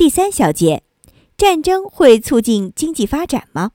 第3小节，战争会促进经济发展吗？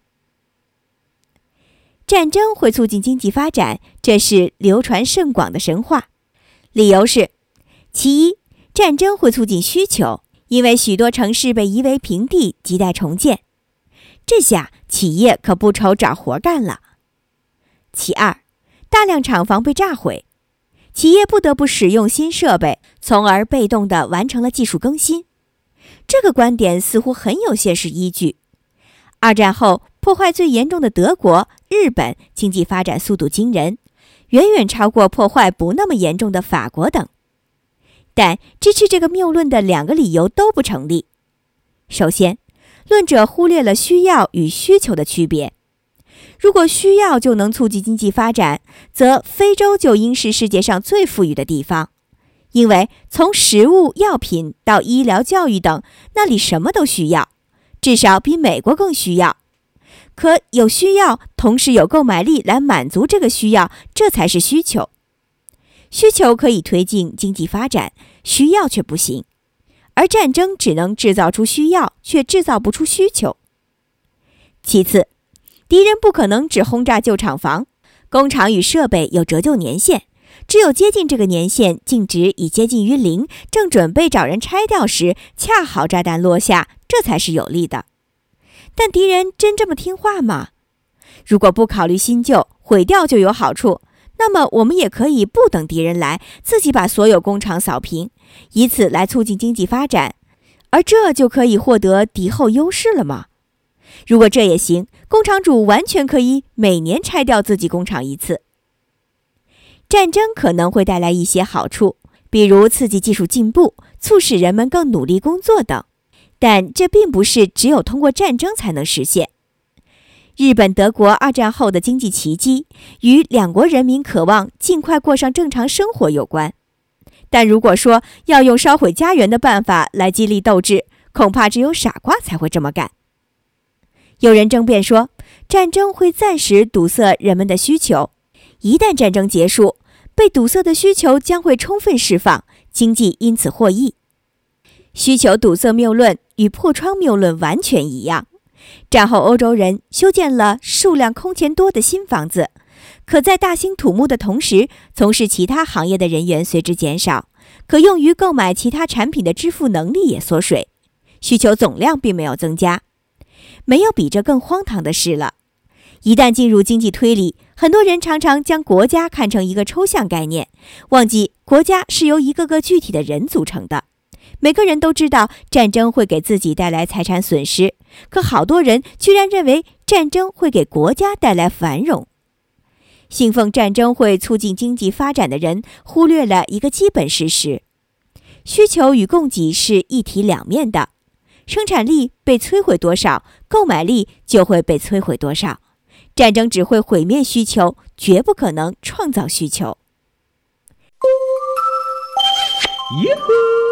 战争会促进经济发展，这是流传甚广的神话。理由是：其一，战争会促进需求，因为许多城市被夷为平地，亟待重建，这下企业可不愁找活干了。其二，大量厂房被炸毁，企业不得不使用新设备，从而被动地完成了技术更新。这个观点似乎很有现实依据。二战后破坏最严重的德国、日本经济发展速度惊人，远远超过破坏不那么严重的法国等。但支持这个谬论的2个理由都不成立。首先，论者忽略了需要与需求的区别。如果需要就能促进经济发展，则非洲就应是世界上最富裕的地方，因为从食物、药品到医疗、教育等，那里什么都需要，至少比美国更需要。可有需要，同时有购买力来满足这个需要，这才是需求。需求可以推进经济发展，需要却不行。而战争只能制造出需要，却制造不出需求。其次，敌人不可能只轰炸旧厂房，工厂与设备有折旧年限，只有接近这个年限，净值已接近于0，正准备找人拆掉时，恰好炸弹落下，这才是有利的。但敌人真这么听话吗？如果不考虑新旧，毁掉就有好处，那么我们也可以不等敌人来，自己把所有工厂扫平，以此来促进经济发展，而这就可以获得敌后优势了吗？如果这也行，工厂主完全可以每年拆掉自己工厂一次。战争可能会带来一些好处，比如刺激技术进步，促使人们更努力工作等，但这并不是只有通过战争才能实现。日本、德国2战后的经济奇迹与两国人民渴望尽快过上正常生活有关，但如果说要用烧毁家园的办法来激励斗志，恐怕只有傻瓜才会这么干。有人争辩说，战争会暂时堵塞人们的需求，一旦战争结束，被堵塞的需求将会充分释放，经济因此获益。需求堵塞谬论与破窗谬论完全一样。战后欧洲人修建了数量空前多的新房子，可在大兴土木的同时，从事其他行业的人员随之减少，可用于购买其他产品的支付能力也缩水，需求总量并没有增加。没有比这更荒唐的事了。一旦进入经济推理，很多人常常将国家看成一个抽象概念，忘记国家是由一个个具体的人组成的。每个人都知道战争会给自己带来财产损失，可好多人居然认为战争会给国家带来繁荣。信奉战争会促进经济发展的人忽略了一个基本事实：需求与供给是一体两面的，生产力被摧毁多少，购买力就会被摧毁多少。战争只会毁灭需求，绝不可能创造需求。 耶呼